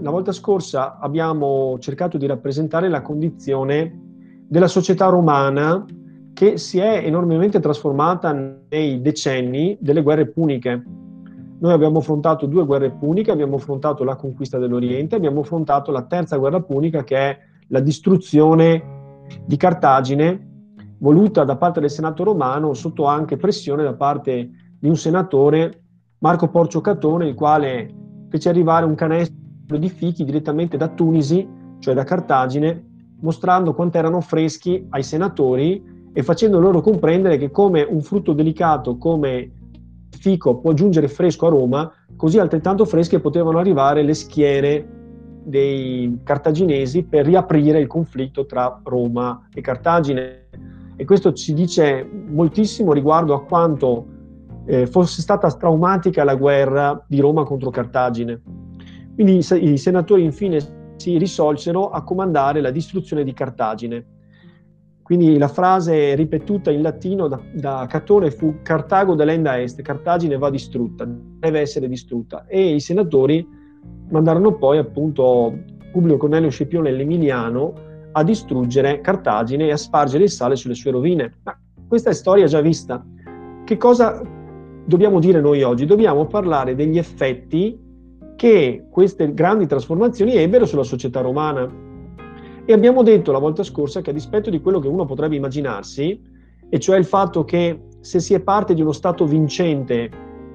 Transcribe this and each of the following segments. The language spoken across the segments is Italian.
la volta scorsa abbiamo cercato di rappresentare la condizione della società romana che si è enormemente trasformata nei decenni delle guerre puniche. Noi abbiamo affrontato 2 guerre puniche, abbiamo affrontato la conquista dell'Oriente, abbiamo affrontato la terza guerra punica, che è la distruzione di Cartagine, voluta da parte del Senato romano sotto anche pressione da parte di un senatore, Marco Porcio Catone, il quale fece arrivare un canestro di fichi direttamente da Tunisi, cioè da Cartagine, mostrando quanto erano freschi ai senatori e facendo loro comprendere che come un frutto delicato come il fico può giungere fresco a Roma, così altrettanto fresche potevano arrivare le schiere dei cartaginesi per riaprire il conflitto tra Roma e Cartagine. E questo ci dice moltissimo riguardo a quanto fosse stata traumatica la guerra di Roma contro Cartagine. Quindi i senatori infine si risolsero a comandare la distruzione di Cartagine. Quindi la frase ripetuta in latino da Catone fu Cartago delenda est, Cartagine va distrutta, deve essere distrutta. E i senatori mandarono poi appunto Publio Cornelio Scipione l'Emiliano a distruggere Cartagine e a spargere il sale sulle sue rovine. Ma questa è storia già vista. Che cosa dobbiamo dire noi oggi? Dobbiamo parlare degli effetti che queste grandi trasformazioni ebbero sulla società romana. E abbiamo detto la volta scorsa che, a dispetto di quello che uno potrebbe immaginarsi, e cioè il fatto che se si è parte di uno stato vincente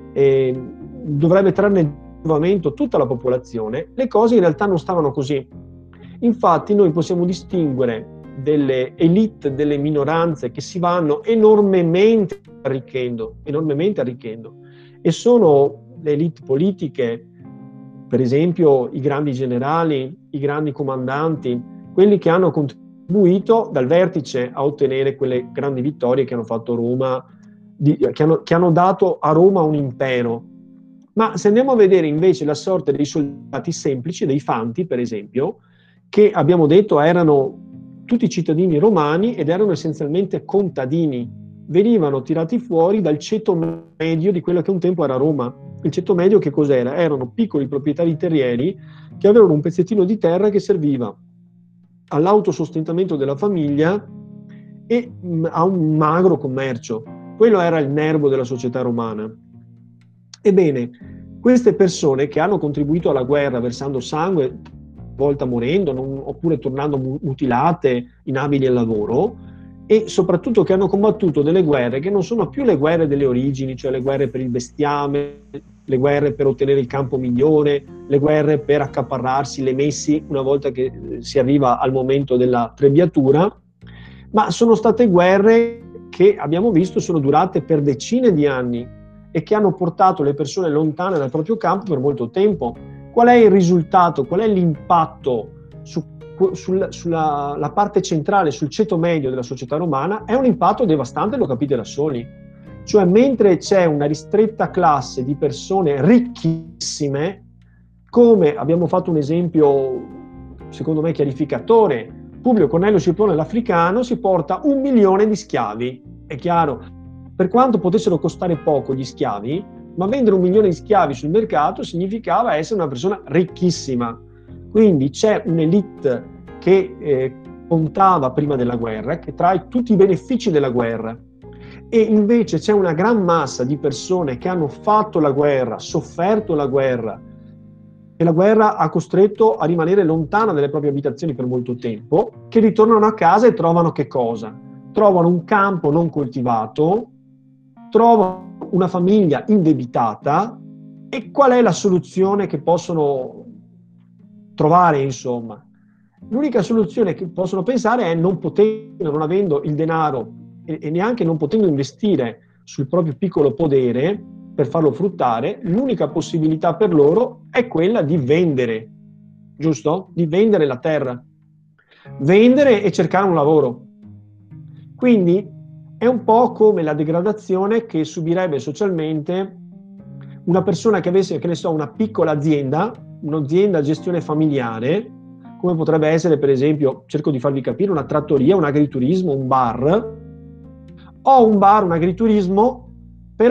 dovrebbe trarne giovamento tutta la popolazione, le cose in realtà non stavano così. Infatti noi possiamo distinguere delle elite, delle minoranze che si vanno enormemente arricchendo, e sono le elite politiche, per esempio i grandi generali, i grandi comandanti, quelli che hanno contribuito dal vertice a ottenere quelle grandi vittorie che hanno fatto Roma, che hanno dato a Roma un impero. Ma se andiamo a vedere invece la sorte dei soldati semplici, dei fanti per esempio, che abbiamo detto erano tutti cittadini romani ed erano essenzialmente contadini, venivano tirati fuori dal ceto medio di quello che un tempo era Roma. Il ceto medio che cos'era? Erano piccoli proprietari terrieri che avevano un pezzettino di terra che serviva all'autosostentamento della famiglia e a un magro commercio. Quello era il nervo della società romana. Ebbene, queste persone che hanno contribuito alla guerra versando sangue, volta morendo, oppure tornando mutilate, inabili al lavoro, e soprattutto che hanno combattuto delle guerre che non sono più le guerre delle origini, cioè le guerre per il bestiame, le guerre per ottenere il campo migliore, le guerre per accaparrarsi le messi una volta che si arriva al momento della trebbiatura, ma sono state guerre che abbiamo visto sono durate per decine di anni e che hanno portato le persone lontane dal proprio campo per molto tempo. Qual è il risultato? Qual è l'impatto sulla parte centrale, sul ceto medio della società romana? È un impatto devastante, lo capite da soli. Cioè, mentre c'è una ristretta classe di persone ricchissime, come abbiamo fatto un esempio, secondo me, chiarificatore, Publio Cornelio Scipione l'Africano si porta 1 milione di schiavi. È chiaro, per quanto potessero costare poco gli schiavi, ma vendere 1 milione di schiavi sul mercato significava essere una persona ricchissima. Quindi c'è un'elite che contava prima della guerra, che trae tutti i benefici della guerra, e invece c'è una gran massa di persone che hanno fatto la guerra, sofferto la guerra, e la guerra ha costretto a rimanere lontana dalle proprie abitazioni per molto tempo, che ritornano a casa e trovano che cosa? Trovano un campo non coltivato, trovano una famiglia indebitata, e qual è la soluzione che possono trovare, insomma? L'unica soluzione che possono pensare è, non avendo il denaro e neanche non potendo investire sul proprio piccolo podere per farlo fruttare, l'unica possibilità per loro è quella di vendere, giusto? Di vendere la terra, vendere e cercare un lavoro. Quindi è un po' come la degradazione che subirebbe socialmente una persona che avesse, che ne so, una piccola azienda, un'azienda a gestione familiare, come potrebbe essere, per esempio, cerco di farvi capire, una trattoria, un agriturismo, un bar. Ho un bar, un agriturismo, però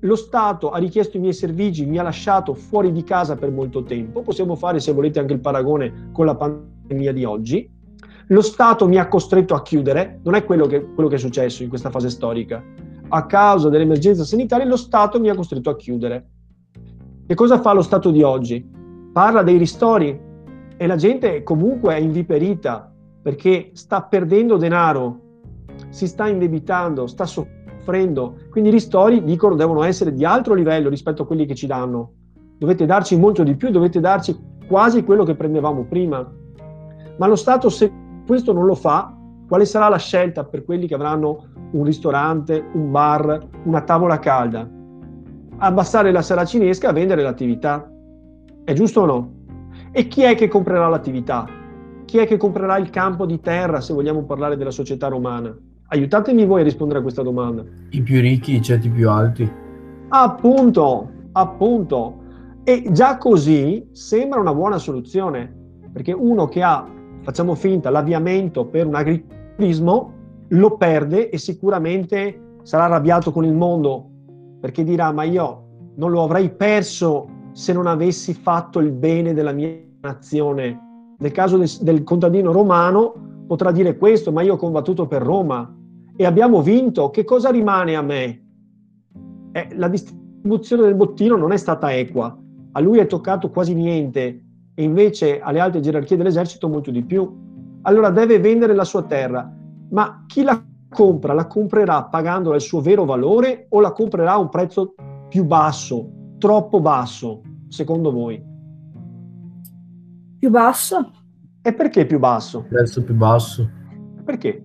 lo Stato ha richiesto i miei servigi, mi ha lasciato fuori di casa per molto tempo, possiamo fare se volete anche il paragone con la pandemia di oggi, lo Stato mi ha costretto a chiudere, non è quello che è successo in questa fase storica, a causa dell'emergenza sanitaria lo Stato mi ha costretto a chiudere. Che cosa fa lo Stato di oggi? Parla dei ristori e la gente comunque è inviperita perché sta perdendo denaro, si sta indebitando, sta soffrendo, quindi i ristori, dicono, devono essere di altro livello rispetto a quelli che ci danno. Dovete darci molto di più, dovete darci quasi quello che prendevamo prima. Ma lo Stato, se questo non lo fa, quale sarà la scelta per quelli che avranno un ristorante, un bar, una tavola calda? Abbassare la saracinesca e vendere l'attività. È giusto o no? E chi è che comprerà l'attività? Chi è che comprerà il campo di terra, se vogliamo parlare della società romana? Aiutatemi voi a rispondere a questa domanda. I più ricchi, i ceti più alti. Appunto, appunto. E già così sembra una buona soluzione, perché uno che ha, facciamo finta, l'avviamento per un agriturismo, lo perde e sicuramente sarà arrabbiato con il mondo, perché dirà, ma io non lo avrei perso se non avessi fatto il bene della mia nazione. Nel caso del contadino romano potrà dire questo, ma io ho combattuto per Roma e abbiamo vinto, che cosa rimane a me? La distribuzione del bottino non è stata equa, a lui è toccato quasi niente e invece alle alte gerarchie dell'esercito molto di più. Allora deve vendere la sua terra, ma chi la compra? La comprerà pagandola il suo vero valore o la comprerà a un prezzo più basso, troppo basso, secondo voi? Più basso? E perché più basso? Prezzo più basso. Perché?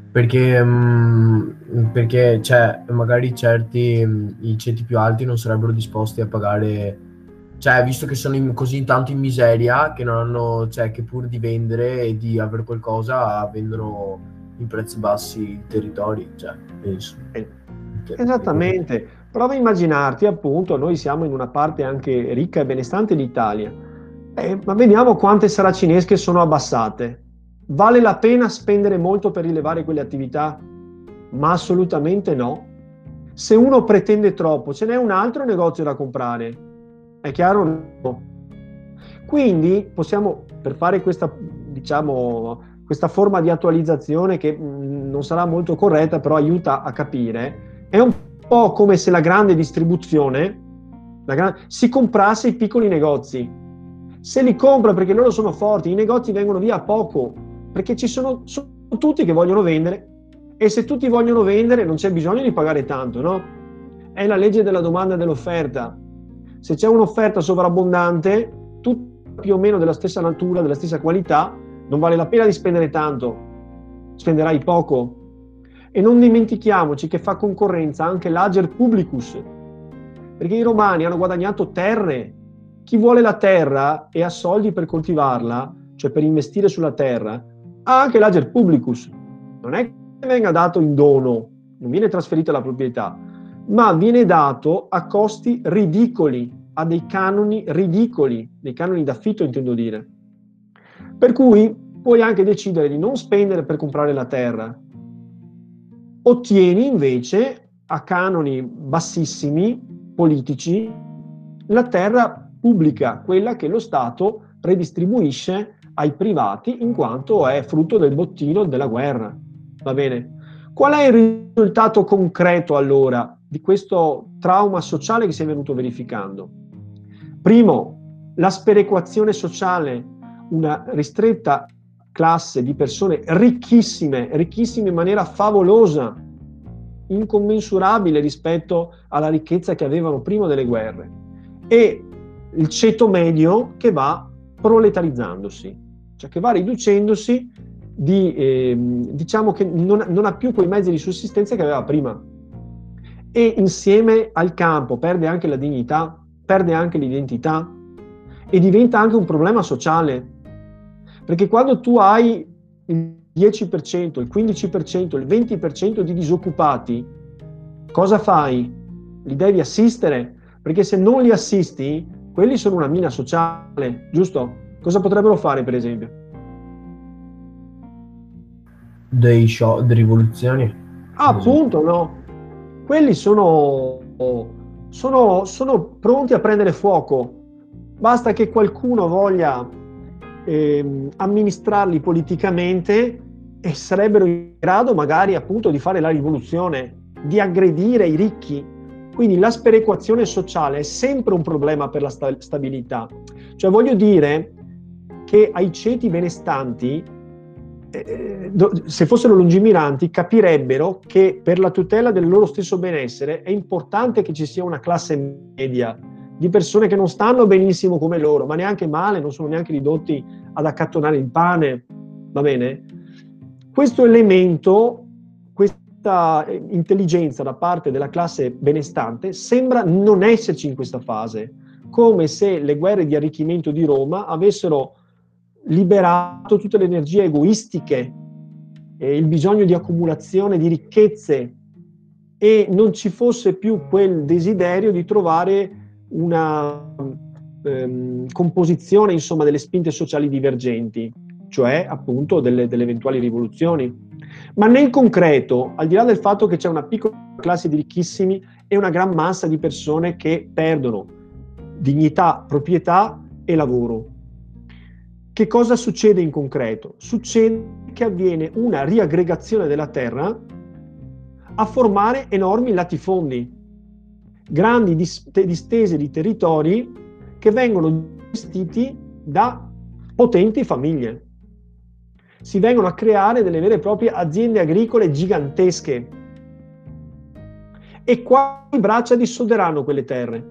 Perché cioè, magari i ceti più alti non sarebbero disposti a pagare, cioè, visto che sono così tanto in miseria che non hanno, cioè, che pur di vendere e di avere qualcosa vendono in prezzi bassi i territori, cioè, penso. Esattamente. Prova a immaginarti, appunto, noi siamo in una parte anche ricca e benestante d'Italia, ma vediamo quante saracinesche sono abbassate. Vale la pena spendere molto per rilevare quelle attività? Ma assolutamente no. Se uno pretende troppo, ce n'è un altro negozio da comprare. È chiaro? No. Quindi possiamo, per fare questa, diciamo, questa forma di attualizzazione che non sarà molto corretta, però aiuta a capire, è un po' come se la grande distribuzione si comprasse i piccoli negozi. Se li compra perché loro sono forti, i negozi vengono via a poco, perché sono tutti che vogliono vendere e se tutti vogliono vendere non c'è bisogno di pagare tanto, no? È la legge della domanda e dell'offerta. Se c'è un'offerta sovrabbondante, tutta più o meno della stessa natura, della stessa qualità, non vale la pena di spendere tanto, spenderai poco. E non dimentichiamoci che fa concorrenza anche l'Ager Publicus, perché i romani hanno guadagnato terre. Chi vuole la terra e ha soldi per coltivarla, cioè per investire sulla terra, ha anche l'Ager Publicus. Non è che venga dato in dono, non viene trasferita la proprietà, ma viene dato a costi ridicoli, a dei canoni ridicoli, dei canoni d'affitto intendo dire. Per cui puoi anche decidere di non spendere per comprare la terra. Ottieni invece a canoni bassissimi, politici, la terra pubblica, quella che lo Stato redistribuisce ai privati in quanto è frutto del bottino della guerra. Va bene? Qual è il risultato concreto allora di questo trauma sociale che si è venuto verificando? Primo, la sperequazione sociale, una ristretta classe di persone ricchissime, ricchissime in maniera favolosa, incommensurabile rispetto alla ricchezza che avevano prima delle guerre, e il ceto medio che va proletarizzandosi, cioè che va riducendosi, diciamo che non ha più quei mezzi di sussistenza che aveva prima, e insieme al campo perde anche la dignità, perde anche l'identità e diventa anche un problema sociale, perché quando tu hai il 10%, il 15%, il 20% di disoccupati, cosa fai? Li devi assistere, perché se non li assisti, quelli sono una mina sociale, giusto? Cosa potrebbero fare, per esempio? Dei show, delle rivoluzioni. Appunto, no. Quelli sono sono pronti a prendere fuoco. Basta che qualcuno voglia amministrarli politicamente e sarebbero in grado magari appunto di fare la rivoluzione, di aggredire i ricchi. Quindi la sperequazione sociale è sempre un problema per la stabilità. Cioè voglio dire che ai ceti benestanti, se fossero lungimiranti, capirebbero che per la tutela del loro stesso benessere è importante che ci sia una classe media di persone che non stanno benissimo come loro, ma neanche male, non sono neanche ridotti ad accattonare il pane, va bene? Questo elemento, questa intelligenza da parte della classe benestante sembra non esserci in questa fase, come se le guerre di arricchimento di Roma avessero liberato tutte le energie egoistiche, il bisogno di accumulazione di ricchezze, e non ci fosse più quel desiderio di trovare una composizione, insomma, delle spinte sociali divergenti, cioè appunto delle eventuali rivoluzioni. Ma nel concreto, al di là del fatto che c'è una piccola classe di ricchissimi e una gran massa di persone che perdono dignità, proprietà e lavoro, che cosa succede in concreto? Succede che avviene una riaggregazione della terra a formare enormi latifondi, grandi distese di territori che vengono gestiti da potenti famiglie. Si vengono a creare delle vere e proprie aziende agricole gigantesche, e quali braccia dissoderanno quelle terre?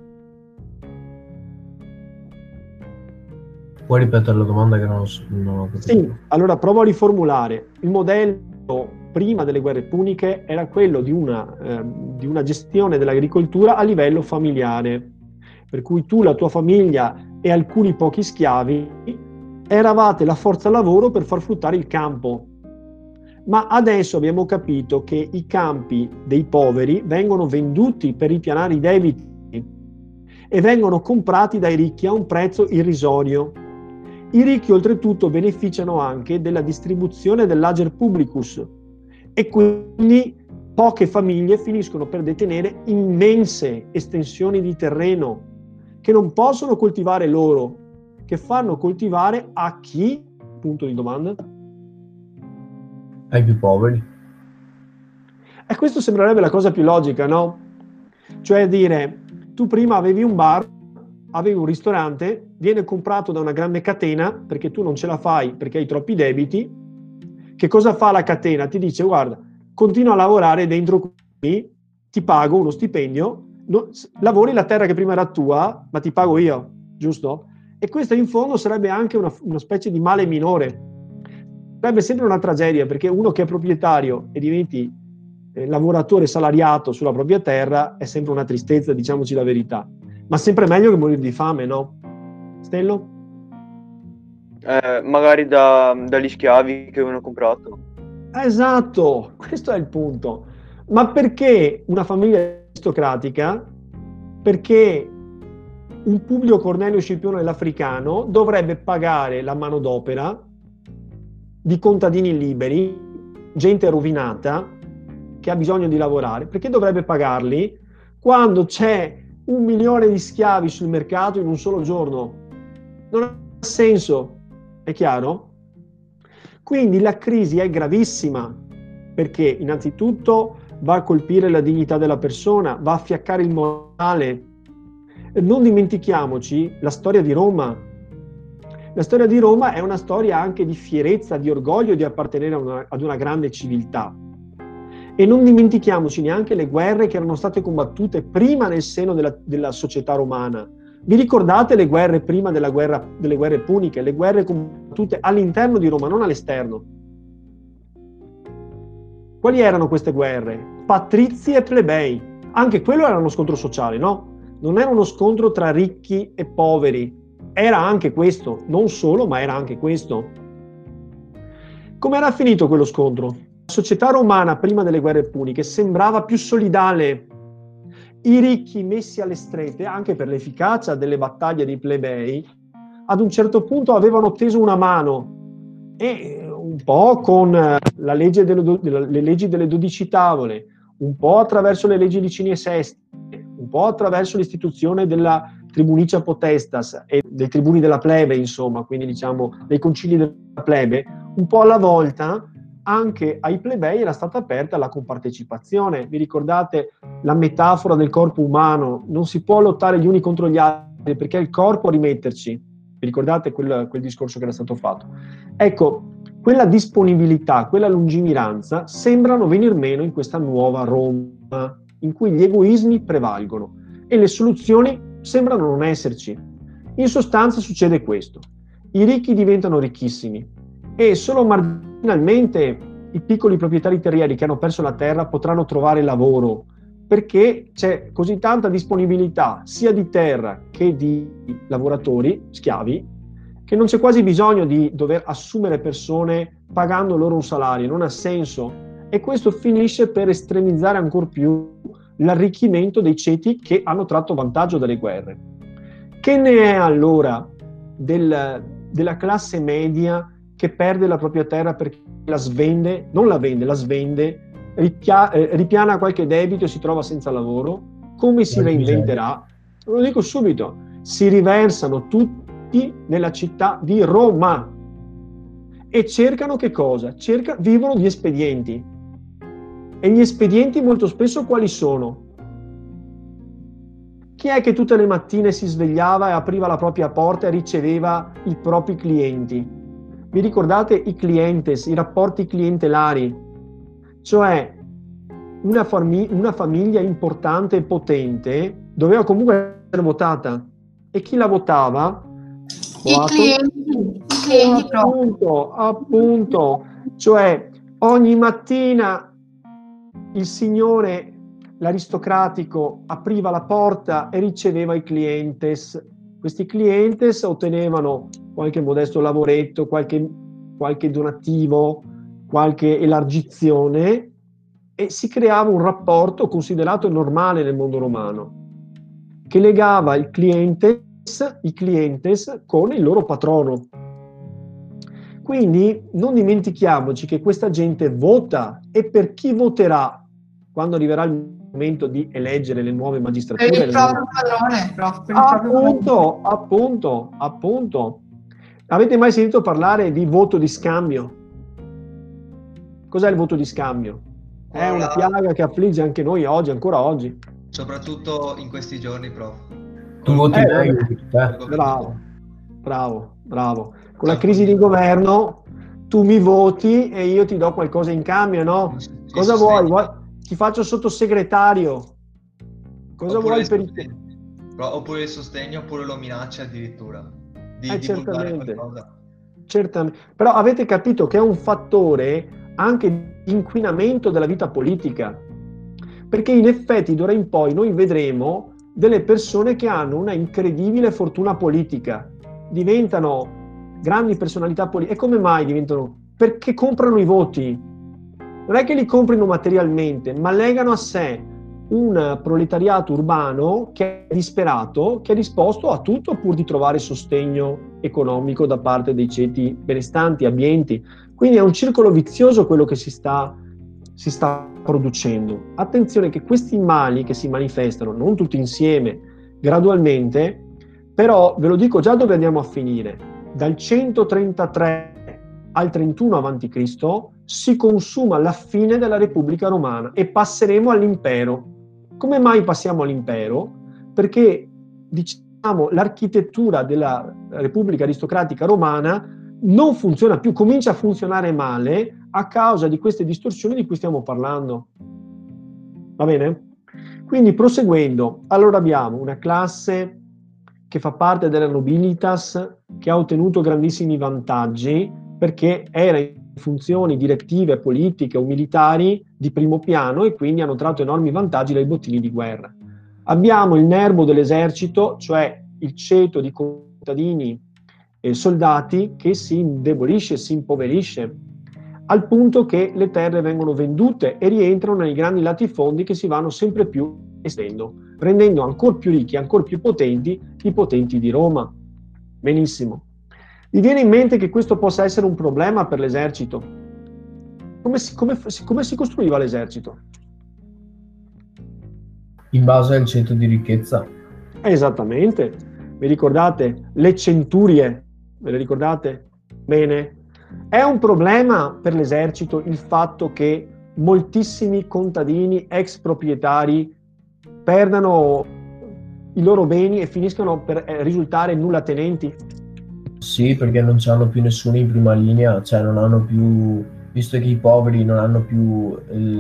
Puoi ripetere la domanda che non ho capito? Sì, allora provo a riformulare. Il modello prima delle guerre puniche era quello di una gestione dell'agricoltura a livello familiare, per cui tu, la tua famiglia e alcuni pochi schiavi eravate la forza lavoro per far fruttare il campo. Ma adesso abbiamo capito che i campi dei poveri vengono venduti per ripianare i debiti e vengono comprati dai ricchi a un prezzo irrisorio. I ricchi oltretutto beneficiano anche della distribuzione dell'ager publicus, e quindi poche famiglie finiscono per detenere immense estensioni di terreno che non possono coltivare loro, che fanno coltivare a chi? Punto di domanda. Ai più poveri. E questo sembrerebbe la cosa più logica, no? Cioè dire, tu prima avevi un bar, avevi un ristorante, viene comprato da una grande catena perché tu non ce la fai perché hai troppi debiti. Che cosa fa la catena? Ti dice, guarda, continua a lavorare dentro qui, ti pago uno stipendio, lavori la terra che prima era tua, ma ti pago io, giusto? E questa in fondo sarebbe anche una specie di male minore. Sarebbe sempre una tragedia, perché uno che è proprietario e diventi lavoratore salariato sulla propria terra è sempre una tristezza, diciamoci la verità. Ma sempre meglio che morire di fame, no? Stello? Magari dagli schiavi che avevano comprato. Esatto, questo è il punto. Ma perché una famiglia aristocratica? Perché un Publio Cornelio Scipione l'Africano dovrebbe pagare la manodopera di contadini liberi, gente rovinata, che ha bisogno di lavorare. Perché dovrebbe pagarli quando c'è 1 milione di schiavi sul mercato in un solo giorno? Non ha senso. È chiaro? Quindi la crisi è gravissima, perché innanzitutto va a colpire la dignità della persona, va a fiaccare il morale. Non dimentichiamoci la storia di Roma. La storia di Roma è una storia anche di fierezza, di orgoglio di appartenere ad una grande civiltà. E non dimentichiamoci neanche le guerre che erano state combattute prima nel seno della società romana. Vi ricordate le guerre prima delle guerre puniche, le guerre combattute all'interno di Roma, non all'esterno? Quali erano queste guerre? Patrizi e plebei. Anche quello era uno scontro sociale, no? Non era uno scontro tra ricchi e poveri. Era anche questo, non solo, ma era anche questo. Come era finito quello scontro? La società romana prima delle guerre puniche sembrava più solidale. I ricchi messi alle strette, anche per l'efficacia delle battaglie dei plebei, ad un certo punto avevano teso una mano, e un po' con le leggi delle 12 tavole, un po' attraverso le leggi Licini e Sesti, un po' attraverso l'istituzione della tribunicia potestas e dei tribuni della plebe, insomma, quindi diciamo dei concili della plebe, un po' alla volta anche ai plebei era stata aperta la compartecipazione. Vi ricordate la metafora del corpo umano? Non si può lottare gli uni contro gli altri perché è il corpo a rimetterci. Vi ricordate quel discorso che era stato fatto? Ecco, quella disponibilità, quella lungimiranza sembrano venir meno in questa nuova Roma, in cui gli egoismi prevalgono e le soluzioni sembrano non esserci. In sostanza succede questo: i ricchi diventano ricchissimi e solo marginalmente i piccoli proprietari terrieri che hanno perso la terra potranno trovare lavoro, perché c'è così tanta disponibilità sia di terra che di lavoratori, schiavi, che non c'è quasi bisogno di dover assumere persone pagando loro un salario, non ha senso, e questo finisce per estremizzare ancor più l'arricchimento dei ceti che hanno tratto vantaggio dalle guerre. Che ne è allora della classe media che perde la propria terra perché la svende, non la vende, la svende, ripiana qualche debito e si trova senza lavoro? Come si reinventerà? Lo dico subito, si riversano tutti nella città di Roma e cercano che cosa? Vivono di espedienti. E gli espedienti molto spesso quali sono? Chi è che tutte le mattine si svegliava e apriva la propria porta e riceveva i propri clienti? Vi ricordate i clientes, i rapporti clientelari? Cioè una famiglia importante e potente doveva comunque essere votata. E chi la votava? I clienti proprio. Appunto, cioè ogni mattina il signore, l'aristocratico, apriva la porta e riceveva i clientes. Questi clientes ottenevano qualche modesto lavoretto, qualche donativo, qualche elargizione, e si creava un rapporto considerato normale nel mondo romano, che legava i clientes con il loro patrono. Quindi non dimentichiamoci che questa gente vota, e per chi voterà quando arriverà il momento di eleggere le nuove magistrature? Per il proprio padrone. Appunto. Avete mai sentito parlare di voto di scambio? Cos'è il voto di scambio? È una piaga che affligge anche noi oggi, ancora oggi. Soprattutto in questi giorni, prof. Tu voti Bravo. Con la crisi di governo tu mi voti e io ti do qualcosa in cambio, no? Cosa vuoi? Ti faccio sottosegretario. Cosa vuoi per il... Oppure il sostegno, oppure lo minaccia addirittura di certamente. Qualcosa. Certamente. Però avete capito che è un fattore anche di inquinamento della vita politica, perché in effetti d'ora in poi noi vedremo delle persone che hanno una incredibile fortuna politica, diventano grandi personalità politiche. E come mai diventano? Perché comprano i voti. Non è che li comprino materialmente, ma legano a sé un proletariato urbano che è disperato, che è disposto a tutto pur di trovare sostegno economico da parte dei ceti benestanti, abbienti. Quindi è un circolo vizioso quello che si sta producendo. Attenzione che questi mali che si manifestano, non tutti insieme, gradualmente, però ve lo dico già dove andiamo a finire. Dal 133 al 31 a.C. si consuma la fine della Repubblica Romana e passeremo all'impero. Come mai passiamo all'impero? Perché, diciamo, l'architettura della Repubblica aristocratica romana non funziona più, comincia a funzionare male a causa di queste distorsioni di cui stiamo parlando. Va bene? Quindi, proseguendo, allora abbiamo una classe che fa parte della nobilitas, che ha ottenuto grandissimi vantaggi perché era in funzioni direttive, politiche o militari di primo piano e quindi hanno tratto enormi vantaggi dai bottini di guerra. Abbiamo il nervo dell'esercito, cioè il ceto di contadini e soldati che si indebolisce, si impoverisce, al punto che le terre vengono vendute e rientrano nei grandi latifondi che si vanno sempre più estendendo, rendendo ancora più ricchi, ancora più potenti i potenti di Roma. Benissimo. Vi viene in mente che questo possa essere un problema per l'esercito? Come si costruiva l'esercito? In base al centro di ricchezza. Esattamente. Vi ricordate le centurie? Ve le ricordate? Bene. È un problema per l'esercito il fatto che moltissimi contadini ex proprietari perdano i loro beni e finiscano per risultare nullatenenti? Sì, perché non c'hanno più nessuno in prima linea, cioè non hanno più, visto che i poveri non hanno più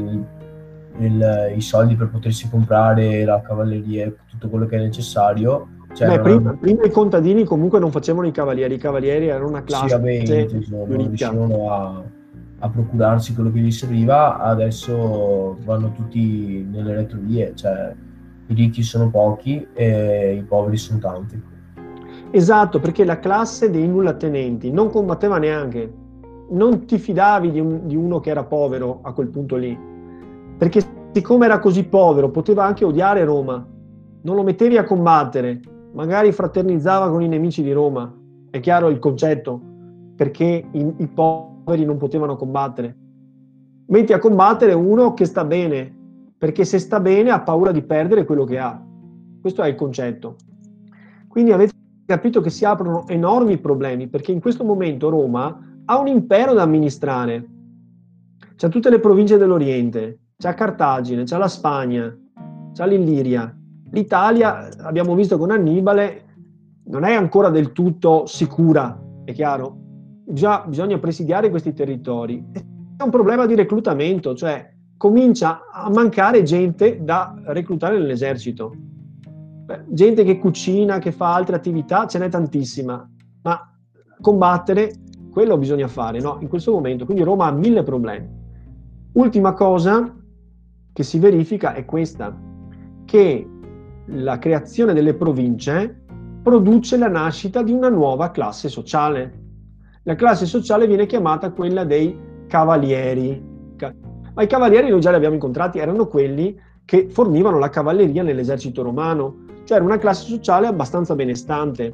i soldi per potersi comprare la cavalleria e tutto quello che è necessario. Cioè prima i contadini comunque non facevano i cavalieri erano una classe non riuscivano a procurarsi quello che gli serviva, adesso vanno tutti nelle retrovie, cioè i ricchi sono pochi e i poveri sono tanti. Esatto, perché la classe dei nullatenenti non combatteva neanche, non ti fidavi di uno che era povero a quel punto lì, perché siccome era così povero poteva anche odiare Roma, non lo mettevi a combattere, magari fraternizzava con i nemici di Roma, è chiaro il concetto, perché i poveri non potevano combattere. Metti a combattere uno che sta bene, perché se sta bene ha paura di perdere quello che ha. Questo è il concetto. Quindi avete capito che si aprono enormi problemi, perché in questo momento Roma ha un impero da amministrare. C'ha tutte le province dell'Oriente, c'ha Cartagine, c'ha la Spagna, c'ha l'Illiria. L'Italia, abbiamo visto con Annibale, non è ancora del tutto sicura, è chiaro? Bisogna presidiare questi territori. È un problema di reclutamento, cioè comincia a mancare gente da reclutare nell'esercito. Gente che cucina, che fa altre attività, ce n'è tantissima, ma combattere, quello bisogna fare, no? In questo momento, quindi Roma ha 1000 problemi. Ultima cosa che si verifica è questa, che la creazione delle province produce la nascita di una nuova classe sociale. La classe sociale viene chiamata quella dei cavalieri. Ma i cavalieri noi già li abbiamo incontrati, erano quelli che fornivano la cavalleria nell'esercito romano, cioè era una classe sociale abbastanza benestante.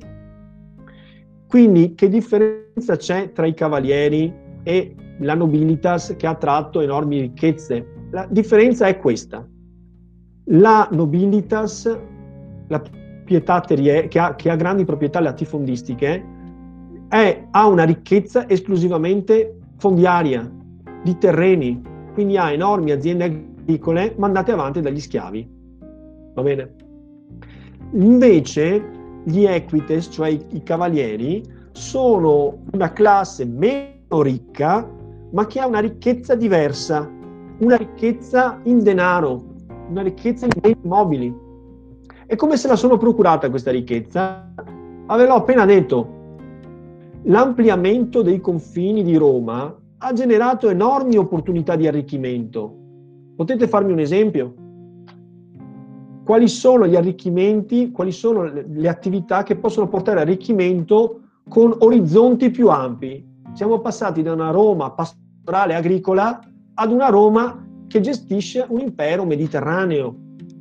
Quindi che differenza c'è tra i cavalieri e la nobilitas che ha tratto enormi ricchezze? La differenza è questa. La nobilitas, la proprietà terriere, che ha grandi proprietà latifondistiche, ha una ricchezza esclusivamente fondiaria, di terreni, quindi ha enormi aziende agricole mandate avanti dagli schiavi. Va bene? Invece gli equites, cioè i cavalieri, sono una classe meno ricca, ma che ha una ricchezza diversa, una ricchezza in denaro, una ricchezza in beni immobili. E come se la sono procurata questa ricchezza? Ve l'ho appena detto. L'ampliamento dei confini di Roma ha generato enormi opportunità di arricchimento. Potete farmi un esempio? Quali sono gli arricchimenti, quali sono le attività che possono portare arricchimento con orizzonti più ampi? Siamo passati da una Roma pastorale agricola ad una Roma che gestisce un impero mediterraneo.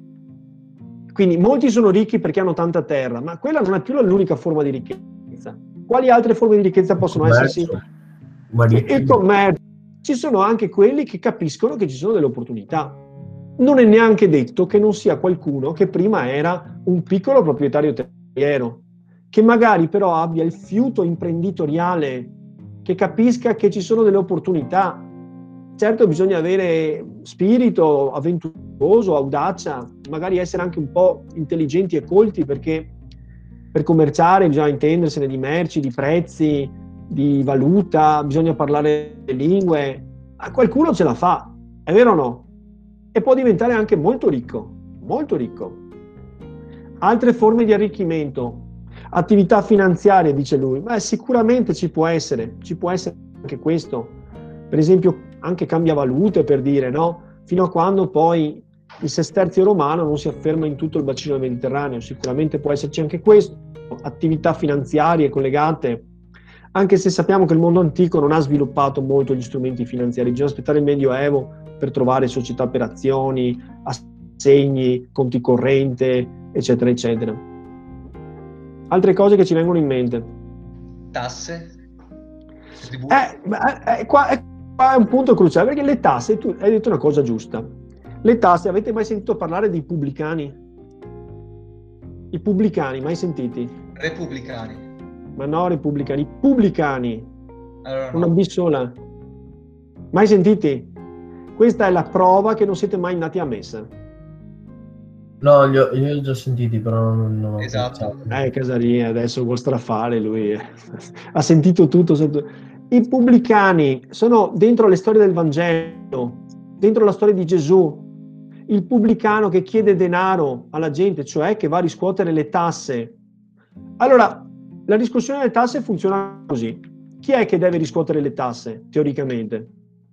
Quindi molti sono ricchi perché hanno tanta terra, ma quella non è più l'unica forma di ricchezza. Quali altre forme di ricchezza possono esserci? Il commercio. Ci sono anche quelli che capiscono che ci sono delle opportunità. Non è neanche detto che non sia qualcuno che prima era un piccolo proprietario terriero, che magari però abbia il fiuto imprenditoriale, che capisca che ci sono delle opportunità. Certo bisogna avere spirito avventuroso, audacia, magari essere anche un po' intelligenti e colti, perché per commerciare bisogna intendersene di merci, di prezzi, di valuta, bisogna parlare le lingue. Ma qualcuno ce la fa, è vero o no? E può diventare anche molto ricco, molto ricco. Altre forme di arricchimento, attività finanziarie, dice lui. Beh, sicuramente ci può essere anche questo. Per esempio anche cambiavalute, per dire, no? Fino a quando poi il sesterzio romano non si afferma in tutto il bacino del Mediterraneo, sicuramente può esserci anche questo, attività finanziarie collegate, anche se sappiamo che il mondo antico non ha sviluppato molto gli strumenti finanziari, bisogna aspettare il Medioevo per trovare società per azioni, assegni, conti corrente, eccetera, eccetera. Altre cose che ci vengono in mente? Tasse? Qua è un punto cruciale, perché le tasse, tu hai detto una cosa giusta, Le tasse, avete mai sentito parlare dei pubblicani? I pubblicani, mai sentiti? Repubblicani. Ma no, repubblicani, pubblicani. Allora Una no. B sola. Mai sentiti? Questa è la prova che non siete mai andati a messa. No, io li ho già sentiti, però non ho Esatto. pensato. Casaria, adesso vuol strafare lui. Ha sentito tutto. I pubblicani sono dentro le storie del Vangelo, dentro la storia di Gesù. Il pubblicano che chiede denaro alla gente, cioè che va a riscuotere le tasse. Allora, la riscossione delle tasse funziona così. Chi è che deve riscuotere le tasse, teoricamente?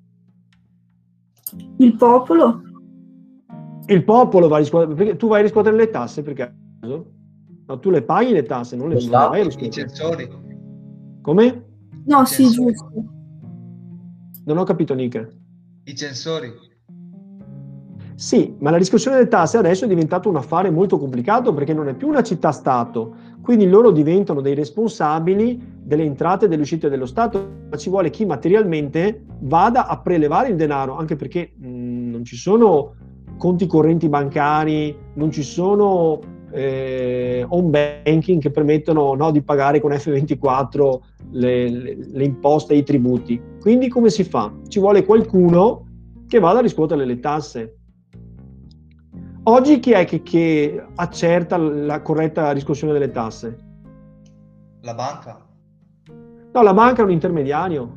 Il popolo? Il popolo va a riscuotere, perché tu vai a riscuotere le tasse per caso? No, tu le paghi le tasse, non le vai a I riscuotere. censori. Come? No, sì, Censori. giusto. Non ho capito, Nick. I censori. Sì, ma la riscossione delle tasse adesso è diventato un affare molto complicato perché non è più una città-stato, quindi loro diventano dei responsabili delle entrate e delle uscite dello Stato, ma ci vuole chi materialmente vada a prelevare il denaro, anche perché non ci sono conti correnti bancari, non ci sono home banking che permettono di pagare con F24 le imposte e i tributi. Quindi come si fa? Ci vuole qualcuno che vada a riscuotere le tasse. Oggi chi è che accerta la corretta riscossione delle tasse? La banca. No, la banca è un intermediario.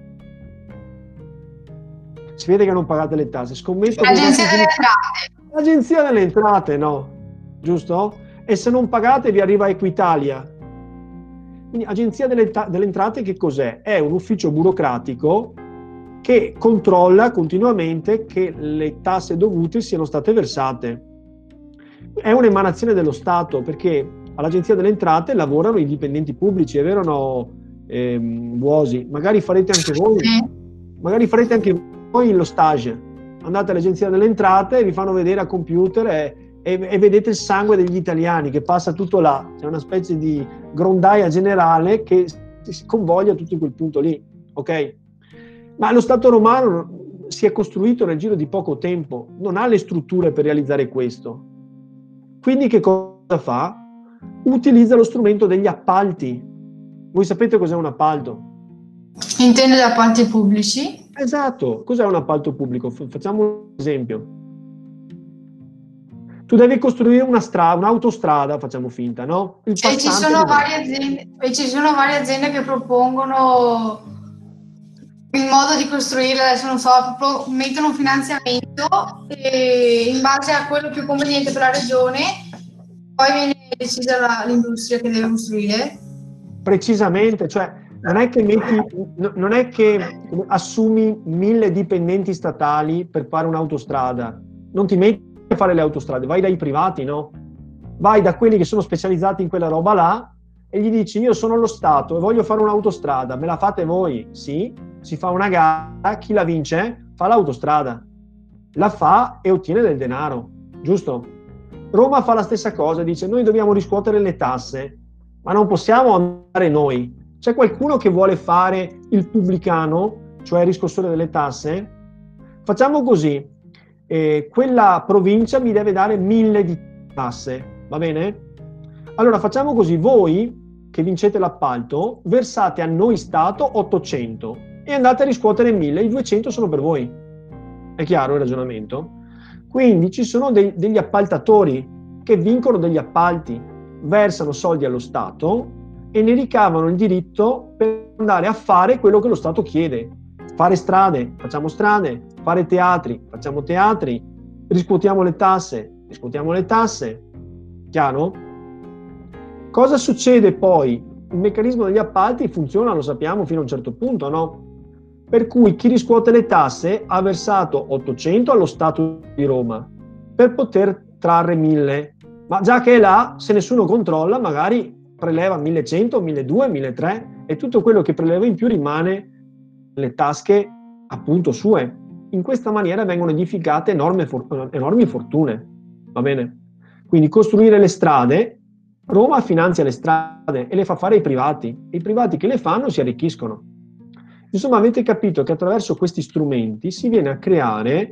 Si vede che non pagate le tasse. Scommetto L'agenzia delle entrate. L'agenzia delle entrate, no? Giusto? E se non pagate vi arriva Equitalia. Quindi agenzia delle entrate che cos'è? È un ufficio burocratico che controlla continuamente che le tasse dovute siano state versate. È un'emanazione dello Stato perché all'Agenzia delle Entrate lavorano i dipendenti pubblici, è vero o no, Buosi? Magari farete anche voi lo stage. Andate all'Agenzia delle Entrate e vi fanno vedere a computer e vedete il sangue degli italiani che passa tutto là. C'è una specie di grondaia generale che si convoglia tutto in quel punto lì, ok? Ma lo Stato romano si è costruito nel giro di poco tempo, non ha le strutture per realizzare questo. Quindi che cosa fa? Utilizza lo strumento degli appalti. Voi sapete cos'è un appalto? Intende gli appalti pubblici? Esatto, cos'è un appalto pubblico? Facciamo un esempio. Tu devi costruire un'autostrada, facciamo finta, no? E ci sono varie aziende che propongono il modo di costruire, adesso non so, mettono un finanziamento e in base a quello più conveniente per la regione poi viene decisa l'industria che deve costruire. Precisamente, cioè non è che assumi 1000 dipendenti statali per fare un'autostrada, non ti metti a fare le autostrade, vai dai privati, no? Vai da quelli che sono specializzati in quella roba là e gli dici io sono lo Stato e voglio fare un'autostrada, me la fate voi? Sì, si fa una gara, chi la vince fa l'autostrada, la fa e ottiene del denaro, giusto? Roma fa la stessa cosa, dice noi dobbiamo riscuotere le tasse, ma non possiamo andare noi. C'è qualcuno che vuole fare il pubblicano, cioè il riscossore delle tasse? Facciamo così, quella provincia mi deve dare 1000 di tasse, va bene? Allora facciamo così, voi che vincete l'appalto versate a noi Stato 800 e andate a riscuotere 1000, i 200 sono per voi. È chiaro il ragionamento? Quindi ci sono degli appaltatori che vincono degli appalti, versano soldi allo Stato e ne ricavano il diritto per andare a fare quello che lo Stato chiede. Fare strade, facciamo strade, fare teatri, facciamo teatri, riscuotiamo le tasse, chiaro? Cosa succede poi? Il meccanismo degli appalti funziona, lo sappiamo, fino a un certo punto, no? Per cui chi riscuote le tasse ha versato 800 allo Stato di Roma per poter trarre 1000, ma già che è là, se nessuno controlla, magari preleva 1100, 1200, 1300 e tutto quello che preleva in più rimane nelle tasche appunto sue. In questa maniera vengono edificate enormi fortune, va bene? Quindi costruire le strade, Roma finanzia le strade e le fa fare ai privati, e i privati che le fanno si arricchiscono. Insomma, avete capito che attraverso questi strumenti si viene a creare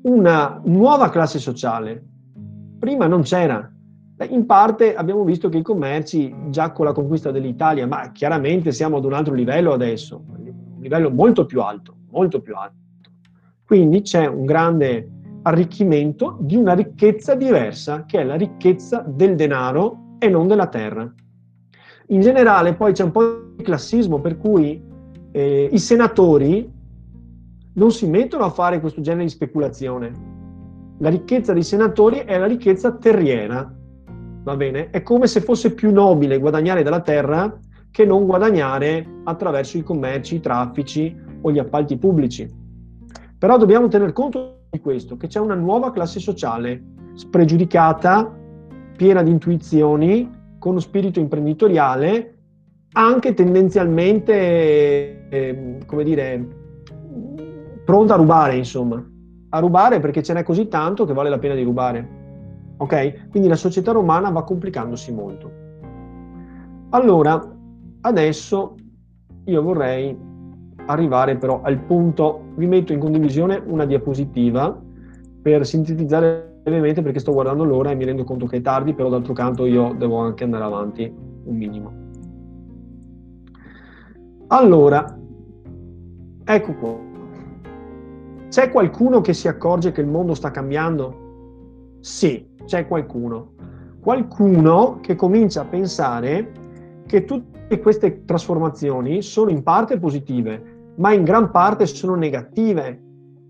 una nuova classe sociale. Prima non c'era. In parte abbiamo visto che i commerci, già con la conquista dell'Italia, ma chiaramente siamo ad un altro livello adesso, un livello molto più alto, molto più alto. Quindi c'è un grande arricchimento di una ricchezza diversa, che è la ricchezza del denaro e non della terra. In generale poi c'è un po' di classismo, per cui i senatori non si mettono a fare questo genere di speculazione. La ricchezza dei senatori è la ricchezza terriera, va bene? È come se fosse più nobile guadagnare dalla terra che non guadagnare attraverso i commerci, i traffici o gli appalti pubblici. Però dobbiamo tener conto di questo, che c'è una nuova classe sociale spregiudicata, piena di intuizioni, con uno spirito imprenditoriale, anche tendenzialmente, come dire, pronta a rubare, insomma. A rubare perché ce n'è così tanto che vale la pena di rubare. Ok? Quindi la società romana va complicandosi molto. Allora, adesso io vorrei arrivare però al punto, vi metto in condivisione una diapositiva per sintetizzare brevemente, perché sto guardando l'ora e mi rendo conto che è tardi, però d'altro canto io devo anche andare avanti un minimo. Allora, ecco qua. C'è qualcuno che si accorge che il mondo sta cambiando? Sì, c'è qualcuno. Qualcuno che comincia a pensare che tutte queste trasformazioni sono in parte positive, ma in gran parte sono negative,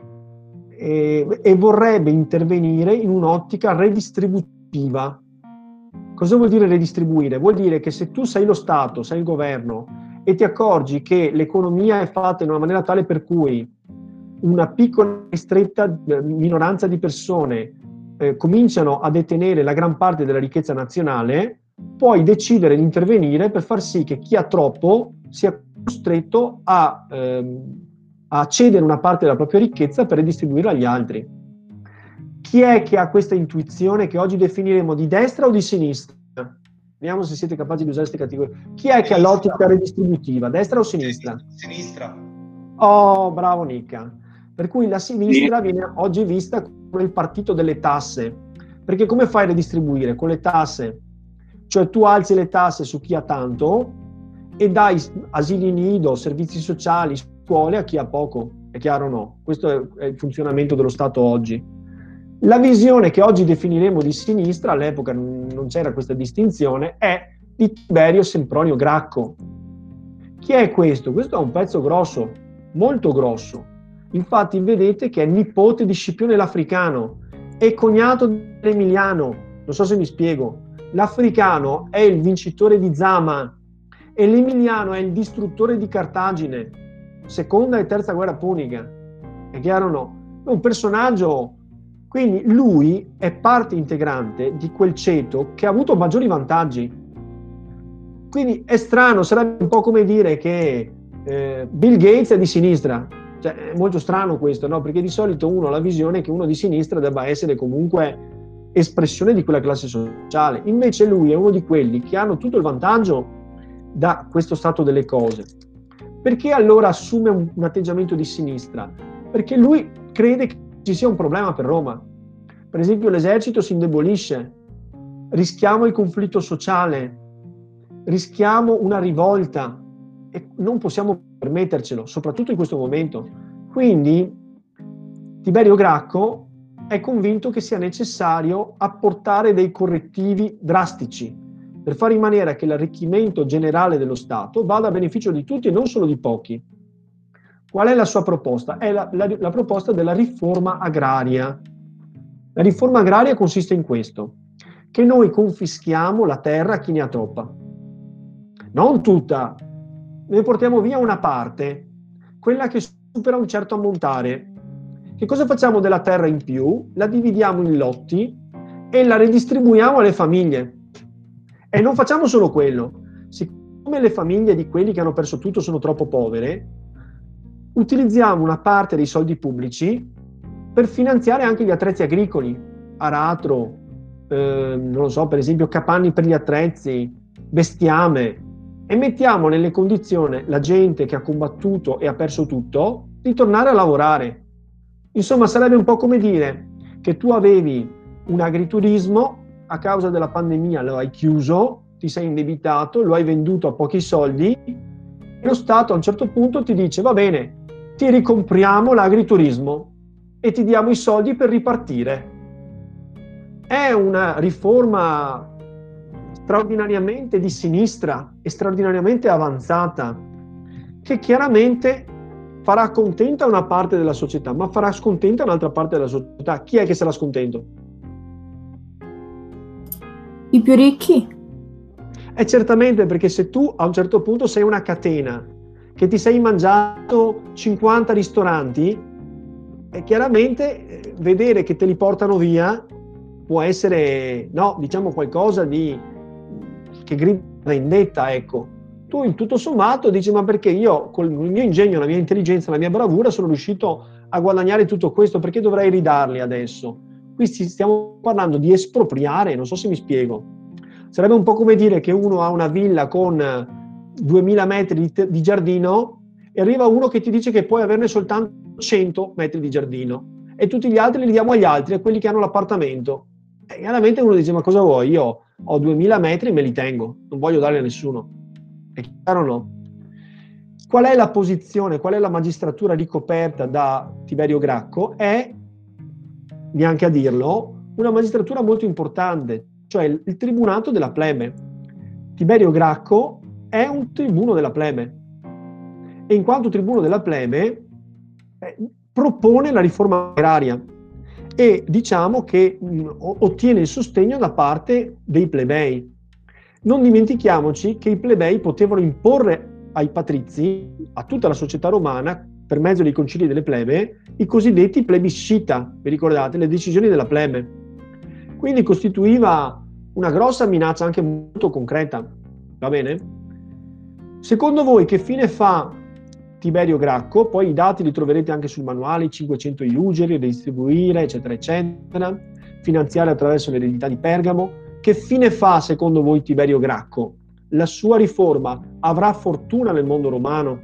e vorrebbe intervenire in un'ottica redistributiva. Cosa vuol dire redistribuire? Vuol dire che se tu sei lo Stato, sei il governo e ti accorgi che l'economia è fatta in una maniera tale per cui una piccola e stretta minoranza di persone cominciano a detenere la gran parte della ricchezza nazionale, puoi decidere di intervenire per far sì che chi ha troppo sia costretto a cedere una parte della propria ricchezza per redistribuirla agli altri. Chi è che ha questa intuizione che oggi definiremo di destra o di sinistra? Vediamo se siete capaci di usare queste categorie. Chi è che ha l'ottica redistributiva, destra o sinistra? Sinistra. Oh, bravo Nicca. Per cui la sinistra viene oggi vista come il partito delle tasse. Perché come fai a redistribuire? Con le tasse. Cioè tu alzi le tasse su chi ha tanto e dai asili nido, servizi sociali, scuole a chi ha poco. È chiaro o no? Questo è il funzionamento dello Stato oggi. La visione che oggi definiremo di sinistra, all'epoca non c'era questa distinzione, è di Tiberio Sempronio Gracco. Chi è questo? Questo è un pezzo grosso, molto grosso. Infatti vedete che è nipote di Scipione l'Africano, è cognato dell'Emiliano. Non so se mi spiego. L'Africano è il vincitore di Zama e l'Emiliano è il distruttore di Cartagine, seconda e terza guerra punica. È chiaro o no? È un personaggio. Quindi lui è parte integrante di quel ceto che ha avuto maggiori vantaggi. Quindi è strano, sarebbe un po' come dire che Bill Gates è di sinistra. Cioè, è molto strano questo, no? Perché di solito uno ha la visione che uno di sinistra debba essere comunque espressione di quella classe sociale. Invece lui è uno di quelli che hanno tutto il vantaggio da questo stato delle cose. Perché allora assume un atteggiamento di sinistra? Perché lui crede che ci sia un problema per Roma. Per esempio l'esercito si indebolisce, rischiamo il conflitto sociale, rischiamo una rivolta e non possiamo permettercelo, soprattutto in questo momento. Quindi Tiberio Gracco è convinto che sia necessario apportare dei correttivi drastici per fare in maniera che l'arricchimento generale dello Stato vada a beneficio di tutti e non solo di pochi. Qual è la sua proposta? È la proposta della riforma agraria. La riforma agraria consiste in questo, che noi confischiamo la terra a chi ne ha troppa. Non tutta, ne portiamo via una parte, quella che supera un certo ammontare. Che cosa facciamo della terra in più? La dividiamo in lotti e la redistribuiamo alle famiglie. E non facciamo solo quello. Siccome le famiglie di quelli che hanno perso tutto sono troppo povere, utilizziamo una parte dei soldi pubblici per finanziare anche gli attrezzi agricoli, aratro, non lo so, per esempio capanni per gli attrezzi, bestiame, e mettiamo nelle condizioni la gente che ha combattuto e ha perso tutto di tornare a lavorare. Insomma, sarebbe un po' come dire che tu avevi un agriturismo, a causa della pandemia lo hai chiuso, ti sei indebitato, lo hai venduto a pochi soldi, e lo Stato a un certo punto ti dice: va bene, ti ricompriamo l'agriturismo e ti diamo i soldi per ripartire. È una riforma straordinariamente di sinistra e straordinariamente avanzata, che chiaramente farà contenta una parte della società, ma farà scontenta un'altra parte della società. Chi è che sarà scontento? I più ricchi? È certamente, perché se tu a un certo punto sei una catena che ti sei mangiato 50 ristoranti, e chiaramente vedere che te li portano via può essere, no, diciamo qualcosa di che grida vendetta, ecco. Tu in tutto sommato dici: ma perché io con il mio ingegno, la mia intelligenza, la mia bravura sono riuscito a guadagnare tutto questo, perché dovrei ridarli adesso? Qui stiamo parlando di espropriare, non so se mi spiego. Sarebbe un po' come dire che uno ha una villa con 2000 metri di giardino e arriva uno che ti dice che puoi averne soltanto 100 metri di giardino e tutti gli altri li diamo agli altri, a quelli che hanno l'appartamento. E chiaramente uno dice: ma cosa vuoi? Io ho 2000 metri e me li tengo, non voglio darli a nessuno. È chiaro o no? Qual è la posizione, qual è la magistratura ricoperta da Tiberio Gracco? È, neanche a dirlo, una magistratura molto importante, cioè il tribunato della plebe. Tiberio Gracco è un tribuno della plebe e in quanto tribuno della plebe propone la riforma agraria e diciamo che ottiene il sostegno da parte dei plebei. Non dimentichiamoci che i plebei potevano imporre ai patrizi, a tutta la società romana, per mezzo dei concili delle plebe, i cosiddetti plebiscita, vi ricordate, le decisioni della plebe. Quindi costituiva una grossa minaccia anche molto concreta, va bene? Secondo voi che fine fa Tiberio Gracco? Poi i dati li troverete anche sul manuale, 500 iugeri, redistribuire, eccetera, eccetera, finanziare attraverso l'eredità di Pergamo. Che fine fa secondo voi Tiberio Gracco? La sua riforma avrà fortuna nel mondo romano?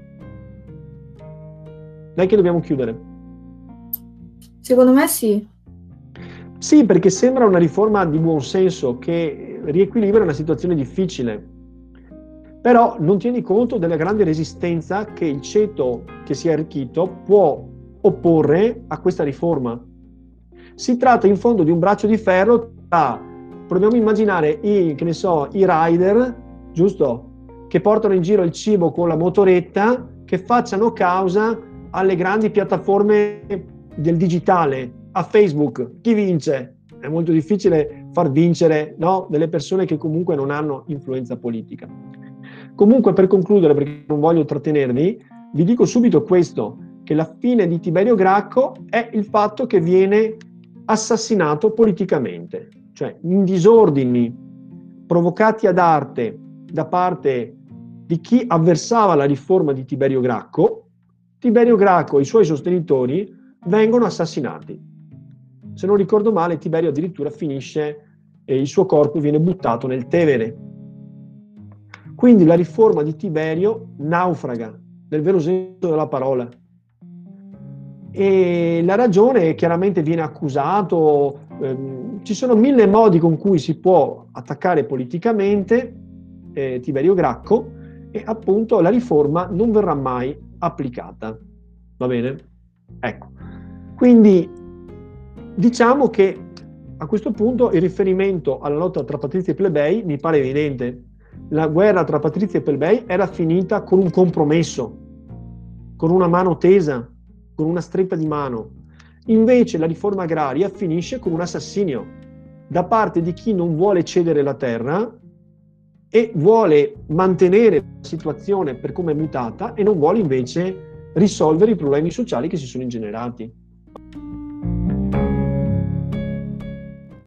Dai che dobbiamo chiudere. Secondo me sì. Sì, perché sembra una riforma di buon senso che riequilibra una situazione difficile. Però non tieni conto della grande resistenza che il ceto che si è arricchito può opporre a questa riforma. Si tratta in fondo di un braccio di ferro tra, proviamo a immaginare i rider, giusto? Che portano in giro il cibo con la motoretta, che facciano causa alle grandi piattaforme del digitale, a Facebook. Chi vince? È molto difficile far vincere, no, delle persone che comunque non hanno influenza politica. Comunque, per concludere, perché non voglio trattenervi, vi dico subito questo, che la fine di Tiberio Gracco è il fatto che viene assassinato politicamente, cioè in disordini provocati ad arte da parte di chi avversava la riforma di Tiberio Gracco e i suoi sostenitori vengono assassinati. Se non ricordo male, Tiberio addirittura finisce e il suo corpo viene buttato nel Tevere. Quindi la riforma di Tiberio naufraga, nel vero senso della parola. E la ragione chiaramente viene accusato, ci sono 1000 modi con cui si può attaccare politicamente Tiberio Gracco e appunto la riforma non verrà mai applicata. Va bene? Ecco. Quindi diciamo che a questo punto il riferimento alla lotta tra patrizi e plebei mi pare evidente. La guerra tra patrizi e plebei era finita con un compromesso, con una mano tesa, con una stretta di mano. Invece la riforma agraria finisce con un assassinio da parte di chi non vuole cedere la terra e vuole mantenere la situazione per come è mutata e non vuole invece risolvere i problemi sociali che si sono ingenerati.